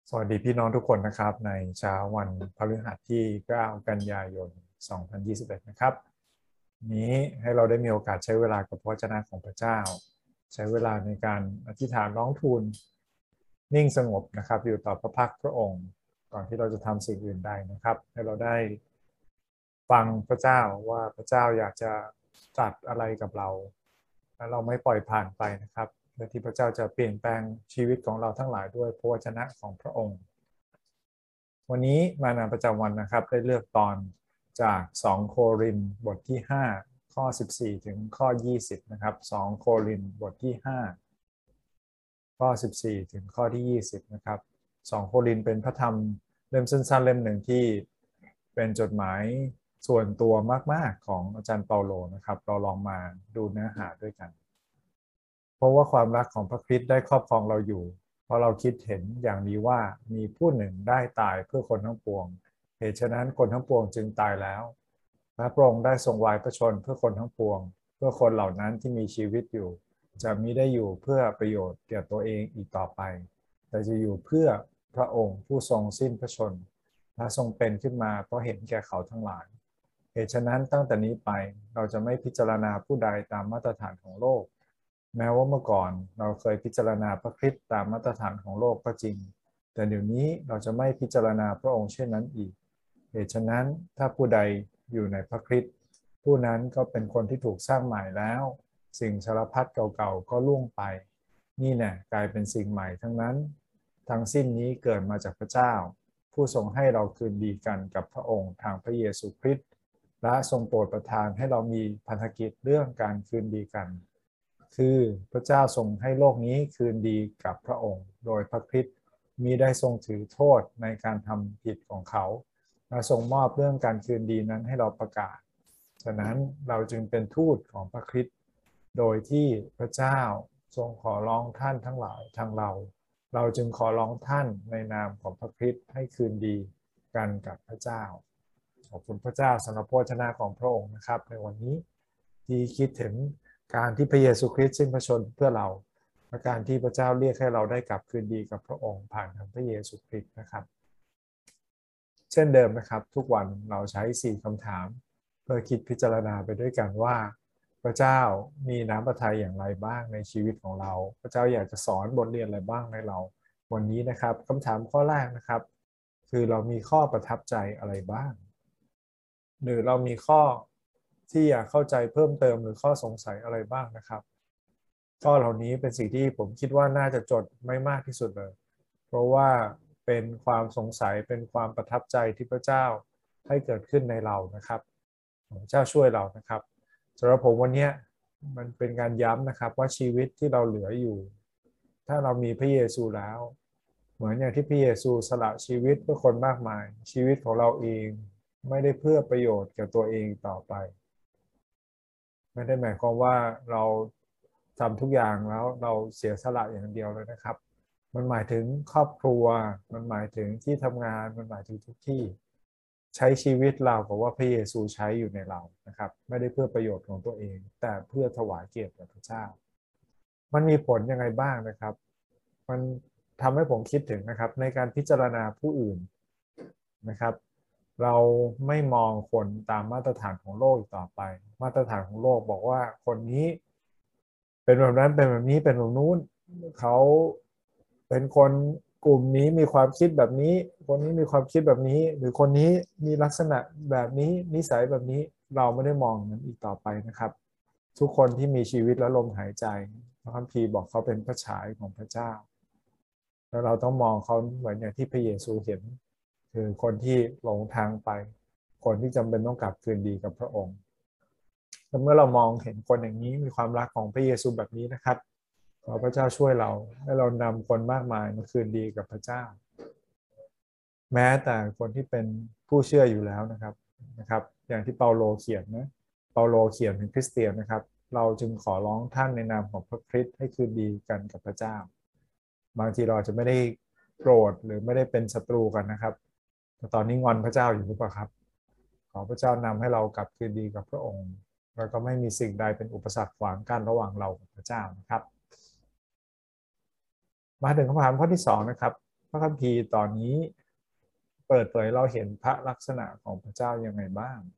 สวัสดีพี่น้องทุกคนนะครับในเช้าวันพฤหัสที่9กันยายน2021นะครับนี้ให้เราได้มีโอกาสใช้เวลากับพระวจนะของพระเจ้าใช้เวลาในการอธิษฐานร้องทูลนิ่งสงบนะครับอยู่ต่อพระพักตร์พระองค์ก่อนที่เราจะทำสิ่งอื่นใดนะครับให้เราได้ฟังพระเจ้าว่าพระเจ้าอยากจะตรัสอะไรกับเราและเราไม่ปล่อยผ่านไปนะครับเพื่อที่พระเจ้าจะเปลี่ยนแปลงชีวิตของเราทั้งหลายด้วยพระวจนะของพระองค์วันนี้มานาประจำวันนะครับได้เลือกตอนจาก2โครินธ์บทที่5ข้อ14ถึงข้อ20นะครับ2โครินธ์บทที่5ข้อ14ถึงข้อที่20นะครับ2โครินธ์เป็นพระธรรมเล่มสั้นๆเล่มหนึ่งที่เป็นจดหมายส่วนตัวมากๆของอาจารย์เปาโลนะครับเราลองมาดูเนื้อหาด้วยกันเพราะว่าความรักของพระคริสต์ได้ครอบครองเราอยู่เพราะเราคิดเห็นอย่างนี้ว่ามีผู้หนึ่งได้ตายเพื่อคนทั้งปวงเหตุฉะนั้นคนทั้งปวงจึงตายแล้วและพระองค์ได้ทรงวายพระชนเพื่อคนทั้งปวงเพื่อคนเหล่านั้นที่มีชีวิตอยู่จะมิได้อยู่เพื่อประโยชน์แก่ตัวเองอีกต่อไปแต่จะอยู่เพื่อพระองค์ผู้ทรงสิ้นพระชนและทรงเป็นขึ้นมาเพราะเห็นแก่เขาทั้งหลายเหตุฉะนั้นตั้งแต่นี้ไปเราจะไม่พิจารณาผู้ใดตามมาตรฐานของโลกแม้ว่าเมื่อก่อนเราเคยพิจารณาพระคริสต์ตามมาตรฐานของโลกก็จริงแต่เดี๋ยวนี้เราจะไม่พิจารณาพระองค์เช่นนั้นอีกเหตุฉะนั้นถ้าผู้ใดอยู่ในพระคริสต์ผู้นั้นก็เป็นคนที่ถูกสร้างใหม่แล้วสิ่งสารพัดเก่าๆก็ล่วงไปนี่แน่กลายเป็นสิ่งใหม่ทั้งนั้นทั้งสิ้นนี้เกิดมาจากพระเจ้าผู้ทรงให้เราคืนดีกันกับพระองค์ทางพระเยซูคริสต์และทรงโปรดประทานให้เรามีพันธกิจเรื่องการคืนดีกันคือพระเจ้าทรงให้โลกนี้คืนดีกับพระองค์โดยพระคริสต์มิได้ทรงถือโทษในการทำผิดของเขาและทรงมอบเรื่องการคืนดีนั้นให้เราประกาศฉะนั้นเราจึงเป็นทูตของพระคริสต์โดยที่พระเจ้าทรงขอร้องท่านทั้งหลายทางเราจึงขอร้องท่านในนามของพระคริสต์ให้คืนดีกันกับพระเจ้าขอบคุณพระเจ้าสำหรับพระวจนะของพระองค์นะครับในวันนี้ที่คิดถึงการที่พระเยซูคริสต์สิ้นพระชนเพื่อเราและการที่พระเจ้าเรียกให้เราได้กลับคืนดีกับพระองค์ผ่านทางพระเยซูคริสต์นะครับเช่นเดิมนะครับทุกวันเราใช้4คำถามเพื่อคิดพิจารณาไปด้วยกันว่าพระเจ้ามีน้ำพระทัยอย่างไรบ้างในชีวิตของเราพระเจ้าอยากจะสอนบทเรียนอะไรบ้างในเราวันนี้นะครับคำถามข้อแรกนะครับคือเรามีข้อประทับใจอะไรบ้างหรือเรามีข้อที่อยากเข้าใจเพิ่มเติมหรือข้อสงสัยอะไรบ้างนะครับข้อเหล่านี้เป็นสิ่งที่ผมคิดว่าน่าจะจดไม่มากที่สุดเลยเพราะว่าเป็นความสงสัยเป็นความประทับใจที่พระเจ้าให้เกิดขึ้นในเรานะครับพระเจ้าช่วยเรานะครับสำหรับผมวันนี้มันเป็นการย้ำนะครับว่าชีวิตที่เราเหลืออยู่ถ้าเรามีพระเยซูแล้วเหมือนอย่างที่พระเยซูสละชีวิตเพื่อคนมากมายชีวิตของเราเองไม่ได้เพื่อประโยชน์แก่ตัวเองต่อไปไม่ได้หมายความว่าเราทำทุกอย่างแล้วเราเสียสละอย่างเดียวเลยนะครับมันหมายถึงครอบครัวมันหมายถึงที่ทำงานมันหมายถึงทุกที่ใช้ชีวิตเรากับว่าพระเยซูใช้อยู่ในเรานะครับไม่ได้เพื่อประโยชน์ของตัวเองแต่เพื่อถวายเกียรติแด่พระเจ้ามันมีผลยังไงบ้างนะครับมันทำให้ผมคิดถึงนะครับในการพิจารณาผู้อื่นนะครับเราไม่มองคนตามมาตรฐานของโลกอีกต่อไปมาตรฐานของโลกบอกว่าคนนี้เป็นแบบนั้นเป็นแบบนี้เป็นแบบนู้นเขาเป็นคนกลุ่มนี้มีความคิดแบบนี้คนนี้มีความคิดแบบนี้หรือคนนี้มีลักษณะแบบนี้นิสัยแบบนี้เราไม่ได้มองนั้นอีกต่อไปนะครับทุกคนที่มีชีวิตและลมหายใจพระคัมภีร์บอกเขาเป็นพระฉายของพระเจ้าแล้วเราต้องมองเขาเหมือนอย่างที่พระเยซูเห็นคือคนที่หลงทางไปคนที่จำเป็นต้องกลับคืนดีกับพระองค์และเมื่อเรามองเห็นคนอย่างนี้มีความรักของพระเยซูแบบนี้นะครับขอพระเจ้าช่วยเราให้เรานำคนมากมายมาคืนดีกับพระเจ้าแม้แต่คนที่เป็นผู้เชื่ออยู่แล้วนะครับอย่างที่เปาโลเขียนนะเปาโลเขียนถึงคริสเตียนนะครับเราจึงขอร้องท่านในนามของพระคริสต์ให้คืนดีกันกับพระเจ้าบางทีเราจะไม่ได้โกรธหรือไม่ได้เป็นศัตรูกันนะครับแต่ตอนนี้งอนพระเจ้าอยู่หรือเปล่าครับขอพระเจ้านำให้เรากลับคืนดีกับพระองค์แล้วก็ไม่มีสิ่งใดเป็นอุปสรรคขวางกั้นระหว่างเรากับพระเจ้านะครับมาถึงคำถามข้อที่2นะครับพระคัมภีร์ตอนนี้เปิดเผยเราเห็นพระลักษณะของพระเจ้ายังไงบ้าง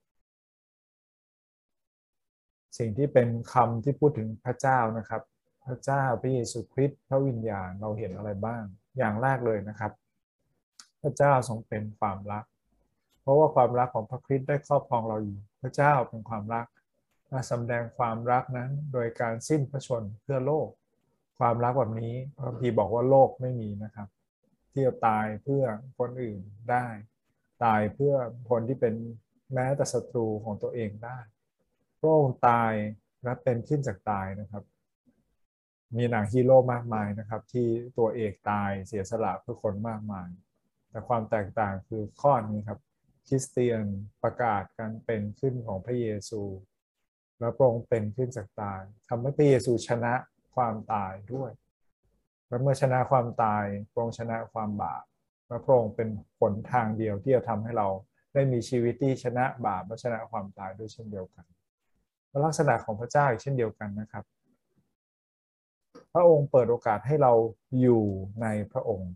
สิ่งที่เป็นคำที่พูดถึงพระเจ้านะครับพระเจ้าพระเยซูคริสต์พระวิญญาณเราเห็นอะไรบ้างอย่างแรกเลยนะครับพระเจ้าทรงเป็นความรักเพราะว่าความรักของพระคริสต์ได้ครอบครองเราอยู่พระเจ้าเป็นความรักมาแสดงความรักนั้นโดยการสิ้นพระชนเพื่อโลกความรักแบบนี้พระคัมภีร์บอกว่าโลกไม่มีนะครับที่จะตายเพื่อคนอื่นได้ตายเพื่อคนที่เป็นแม้แต่ศัตรูของตัวเองได้พระองค์ตายและเป็นขึ้นจากตายนะครับมีหนังฮีโร่มากมายนะครับที่ตัวเอกตายเสียสละเพื่อคนมากมายแต่ความแตกต่างคือข้อนี้ครับคริสเตียนประกาศการเป็นขึ้นของพระเยซูและพระองค์เป็นขึ้นจากตายทำให้พระเยซูชนะความตายด้วยและเมื่อชนะความตายพระองค์ชนะความบาปและพระองค์เป็นผลทางเดียวที่จะทำให้เราได้มีชีวิตที่ชนะบาปและชนะความตายด้วยเช่นเดียวกันลักษณะของพระเจ้าอีกเช่นเดียวกันนะครับพระองค์เปิดโอกาสให้เราอยู่ในพระองค์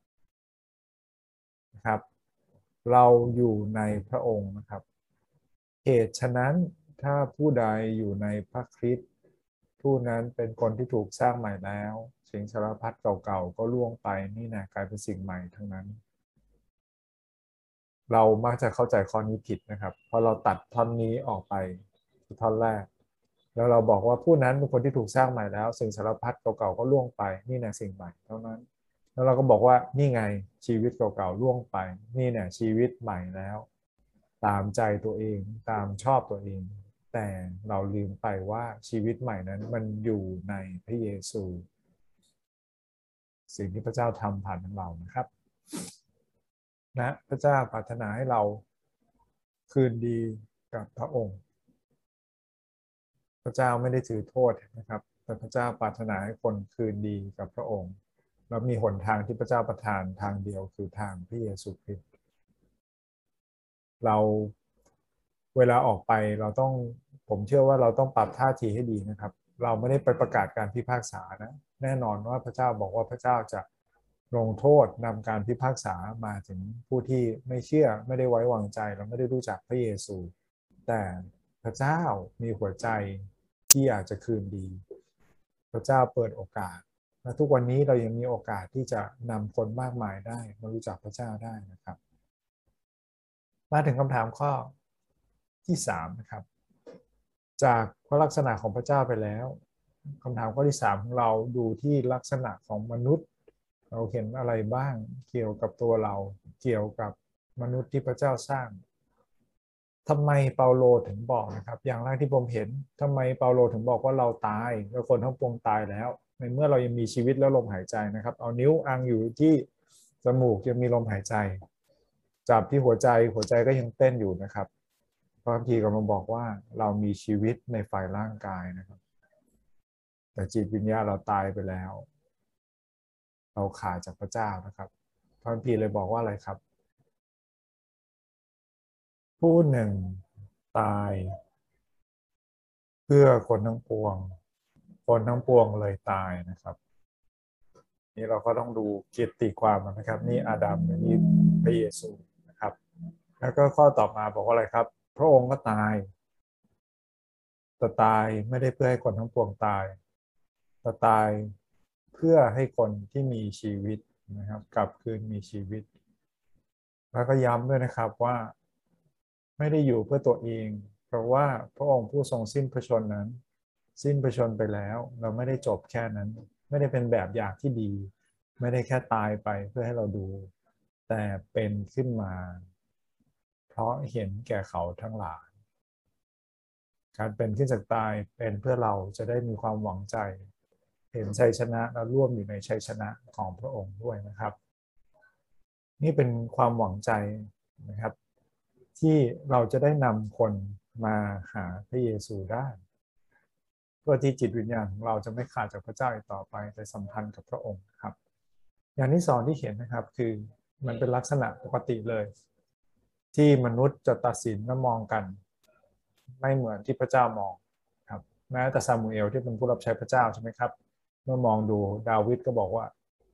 นะครับเราอยู่ในพระองค์นะครับเหตุฉะนั้นถ้าผู้ใดอยู่ในพระคริสต์ผู้นั้นเป็นคนที่ถูกสร้างใหม่แล้วสิ่งสารพัดเก่าๆก็ล่วงไปนี่นะกลายเป็นสิ่งใหม่ทั้งนั้นเรามักจะเข้าใจข้อนี้ผิดนะครับเพราะเราตัดท่อนนี้ออกไปท่อนแรกแล้วเราบอกว่าผู้นั้นเป็นคนที่ถูกสร้างใหม่แล้วสิ่งสารพัดเก่าๆก็ล่วงไปนี่นะสิ่งใหม่เท่านั้นแล้วเราก็บอกว่านี่ไงชีวิตเก่าๆล่วงไปนี่เนี่ยชีวิตใหม่แล้วตามใจตัวเองตามชอบตัวเองแต่เราลืมไปว่าชีวิตใหม่นั้นมันอยู่ในพระเยซูสิ่งที่พระเจ้าทำผ่านเรานะครับนะพระเจ้าปรารถนาให้เราคืนดีกับพระองค์พระเจ้าไม่ได้ถือโทษนะครับแต่พระเจ้าปรารถนาให้คนคืนดีกับพระองค์แล้วมีหนทางที่พระเจ้าประทานทางเดียวคือทางพระเยซูคริสต์เราเวลาออกไปเราต้องผมเชื่อว่าเราต้องปรับท่าทีให้ดีนะครับเราไม่ได้ไปประกาศการพิพากษานะแน่นอนว่าพระเจ้าบอกว่าพระเจ้าจะลงโทษนำการพิพากษามาถึงผู้ที่ไม่เชื่อไม่ได้ไว้วางใจและไม่ได้รู้จักพระเยซูแต่พระเจ้ามีหัวใจที่อยากจะคืนดีพระเจ้าเปิดโอกาสและทุกวันนี้เรายังมีโอกาสที่จะนำคนมากมายได้มารู้จักพระเจ้าได้นะครับมาถึงคำถามข้อที่3นะครับจากพระลักษณะของพระเจ้าไปแล้วคำถามข้อที่3ของเราดูที่ลักษณะของมนุษย์เราเห็นอะไรบ้างเกี่ยวกับตัวเราเกี่ยวกับมนุษย์ที่พระเจ้าสร้างทำไมเปาโลถึงบอกนะครับอย่างแรกที่ผมเห็นทำไมเปาโลถึงบอกว่าเราตายแล้วคนทั้งปวงตายแล้วในเมื่อเรายังมีชีวิตและลมหายใจนะครับเอานิ้วอังอยู่ที่จมูกยังมีลมหายใจจับที่หัวใจหัวใจก็ยังเต้นอยู่นะครับพระคัมภีร์กำลังบอกว่าเรามีชีวิตในฝ่ายร่างกายนะครับแต่จิตวิญญาณเราตายไปแล้วเราขาดจากพระเจ้านะครับพระคัมภีร์เลยบอกว่าอะไรครับผู้หนึ่งตายเพื่อคนทั้งปวงคนทั้งปวงเลยตายนะครับนี่เราก็ต้องดูเกียรติความนะครับนี่อาดัมนี่พระเยซูนะครับแล้วก็ข้อต่อมาบอกว่าอะไรครับพระองค์ก็ตายแต่ตายไม่ได้เพื่อให้คนทั้งปวงตายแต่ตายเพื่อให้คนที่มีชีวิตนะครับกลับคืนมีชีวิตแล้วก็ย้ำด้วยนะครับว่าไม่ได้อยู่เพื่อตัวเองเพราะว่าพระองค์ผู้ทรงสิ้นพระชนม์นั้นสิ้นพระชนม์ไปแล้วเราไม่ได้จบแค่นั้นไม่ได้เป็นแบบอย่างที่ดีไม่ได้แค่ตายไปเพื่อให้เราดูแต่เป็นขึ้นมาเพราะเห็นแก่เขาทั้งหลายการเป็นขึ้นจากตายเป็นเพื่อเราจะได้มีความหวังใจเห็นชัยชนะและร่วมอยู่ในชัยชนะของพระองค์ด้วยนะครับนี่เป็นความหวังใจนะครับที่เราจะได้นำคนมาหาพระเยซูได้เพื่อที่จิตวิญญาณของเราจะไม่ขาดจากพระเจ้าอีกต่อไปแต่สัมพันธ์กับพระองค์ครับอย่างที่สองที่เห็นนะครับคือมันเป็นลักษณะปกติเลยที่มนุษย์จะตัดสินและมองกันไม่เหมือนที่พระเจ้ามองครับแม้แต่ซามูเอลที่เป็นผู้รับใช้พระเจ้าใช่ไหมครับเมื่อมองดูดาวิดก็บอกว่า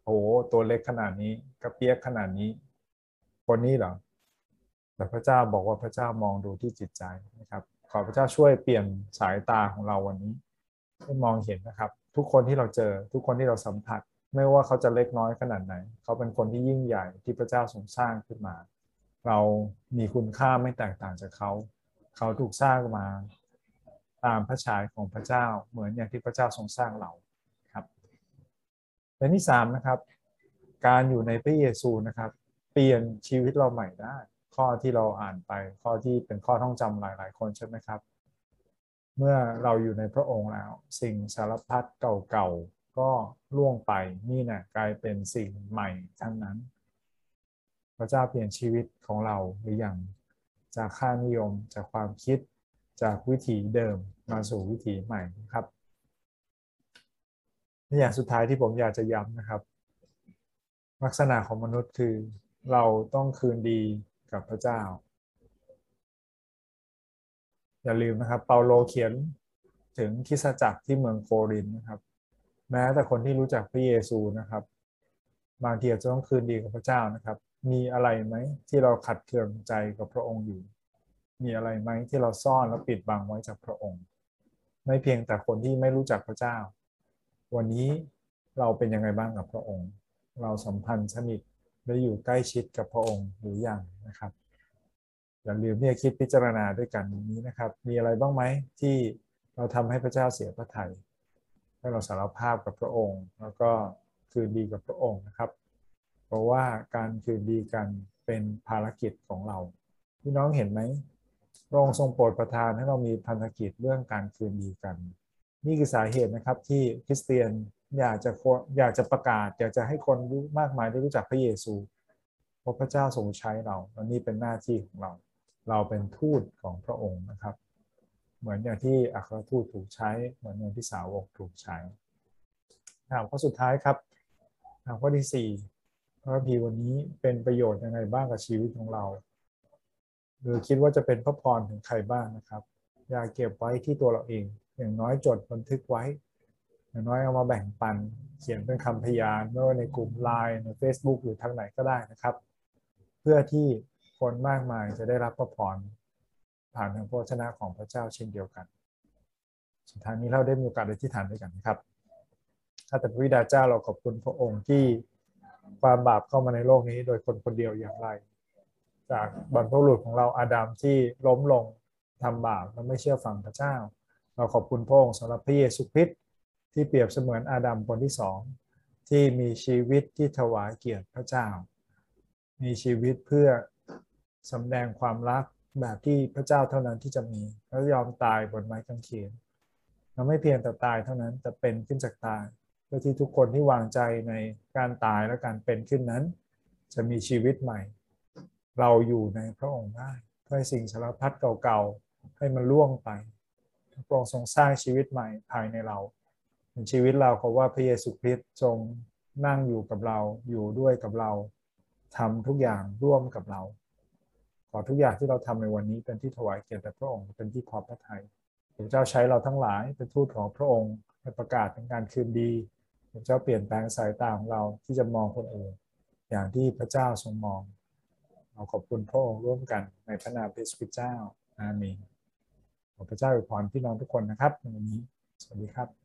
โอ้โหตัวเล็กขนาดนี้กระเปียกขนาดนี้คนนี้เหรอแต่พระเจ้าบอกว่าพระเจ้ามองดูที่จิตใจนะครับขอพระเจ้าช่วยเปลี่ยนสายตาของเราวันนี้ให้มองเห็นนะครับทุกคนที่เราเจอทุกคนที่เราสัมผัสไม่ว่าเขาจะเล็กน้อยขนาดไหนเขาเป็นคนที่ยิ่งใหญ่ที่พระเจ้าทรงสร้างขึ้นมาเรามีคุณค่าไม่แตกต่างจากเขาเขาถูกสร้างมาตามพระฉายของพระเจ้าเหมือนอย่างที่พระเจ้าทรงสร้างเราครับและที่3นะครับการอยู่ในพระเยซูนะครับเปลี่ยนชีวิตเราใหม่ได้ข้อที่เราอ่านไปข้อที่เป็นข้อท่องจำหลายๆคนใช่ไหมครับเมื่อเราอยู่ในพระองค์แล้วสิ่งสารพัดเก่าๆก็ล่วงไปนี่นะกลายเป็นสิ่งใหม่ทั้งนั้นพระเจ้าเปลี่ยนชีวิตของเราหรือยังจากค่านิยมจากความคิดจากวิถีเดิมมาสู่วิถีใหม่ครับอย่างสุดท้ายที่ผมอยากจะย้ำนะครับลักษณะของมนุษย์คือเราต้องคืนดีกับพระเจ้าอย่าลืมนะครับเปาโลเขียนถึงคริสตจักรที่เมืองโครินธ์นะครับแม้แต่คนที่รู้จักพระเยซูนะครับบางทีอาจจะต้องคืนดีกับพระเจ้านะครับมีอะไรไหมที่เราขัดเคืองใจกับพระองค์อยู่มีอะไรไหมที่เราซ่อนและปิดบังไว้จากพระองค์ไม่เพียงแต่คนที่ไม่รู้จักพระเจ้าวันนี้เราเป็นยังไงบ้างกับพระองค์เราสัมพันธ์สนิทและอยู่ใกล้ชิดกับพระองค์หรือยังนะครับอย่าลืมที่จะคิดพิจารณาด้วยกันนี้นะครับมีอะไรบ้างไหมที่เราทำให้พระเจ้าเสียพระทัยให้เราสารภาพกับพระองค์แล้วก็คืนดีกับพระองค์นะครับเพราะว่าการคืนดีกันเป็นภารกิจของเราพี่น้องเห็นไหมพระองค์ทรงโปรดประทานให้เรามีพันธกิจเรื่องการคืนดีกันนี่คือสาเหตุนะครับที่คริสเตียนอยากจะประกาศอยากจะให้คนมากมายได้รู้จักพระเยซูเพราะพระเจ้าทรงใช้เราและนี่เป็นหน้าที่ของเราเราเป็นทูตของพระองค์นะครับเหมือนอย่างที่อัครทูตถูกใช้เหมือนอย่างที่สาวกถูกใช้ข้อสุดท้ายครับข้อที่4พระพีวันนี้เป็นประโยชน์ยังไงบ้างกับชีวิตของเราหรือคิดว่าจะเป็นพระพรถึงใครบ้างนะครับอย่าเก็บไว้ที่ตัวเราเองอย่างน้อยจดบันทึกไว้อย่างน้อยเอามาแบ่งปันเขียนเป็นคำพยานไม่ว่าในกลุ่ม LINE ใน Facebook หรือทางไหนก็ได้นะครับเพื่อที่คนมากมายจะได้รับพระพรผ่านทางพระวจนะของพระเจ้าเช่นเดียวกันสุดท้ายนี้เราได้มีโอกาสอธิษฐานด้วยกันนะครับข้าแต่พระบิดาเจ้าเราขอบคุณพระองค์ที่ความบาปเข้ามาในโลกนี้โดยคนคนเดียวอย่างไรจากบรรพบุรุษของเราอาดัมที่ล้มลงทำบาปและไม่เชื่อฟังพระเจ้าเราขอบคุณพระองค์สำหรับพระเยซูคริสต์ที่เปรียบเสมือนอาดัมคนที่2ที่มีชีวิตที่ถวายเกียรติพระเจ้ามีชีวิตเพื่อสำแดงความรักแบบที่พระเจ้าเท่านั้นที่จะมีแล้วยอมตายบนไม้กางเขนเราไม่เพียงแต่ตายเท่านั้นแต่เป็นขึ้นจากตายเพื่อที่ทุกคนที่วางใจในการตายและการเป็นขึ้นนั้นจะมีชีวิตใหม่เราอยู่ในพระองค์ได้เพื่อสิ่งสารพัดเก่าๆให้มันล่วงไปพระองค์ทรงสร้างชีวิตใหม่ภายในเราในชีวิตเราเพราะว่าพระเยซูคริสต์ทรงนั่งอยู่กับเราอยู่ด้วยกับเราทำทุกอย่างร่วมกับเราขอทุกอย่างที่เราทำในวันนี้เป็นที่ถวายเกียรติแด่พระองค์เป็นที่พอพระทัยพระเจ้าใช้เราทั้งหลายเป็นทูตของพระองค์ให้ประกาศเป็นการคืนดีพระเจ้าเปลี่ยนแปลงสายตาของเราที่จะมองคนอื่นอย่างที่พระเจ้าทรงมองเราขอบคุณพระองค์ร่วมกันในพระนามพระเยซูคริสต์เจ้าอาเมนขอพระเจ้าอวยพรพี่น้องทุกคนนะครับในวันนี้สวัสดีครับ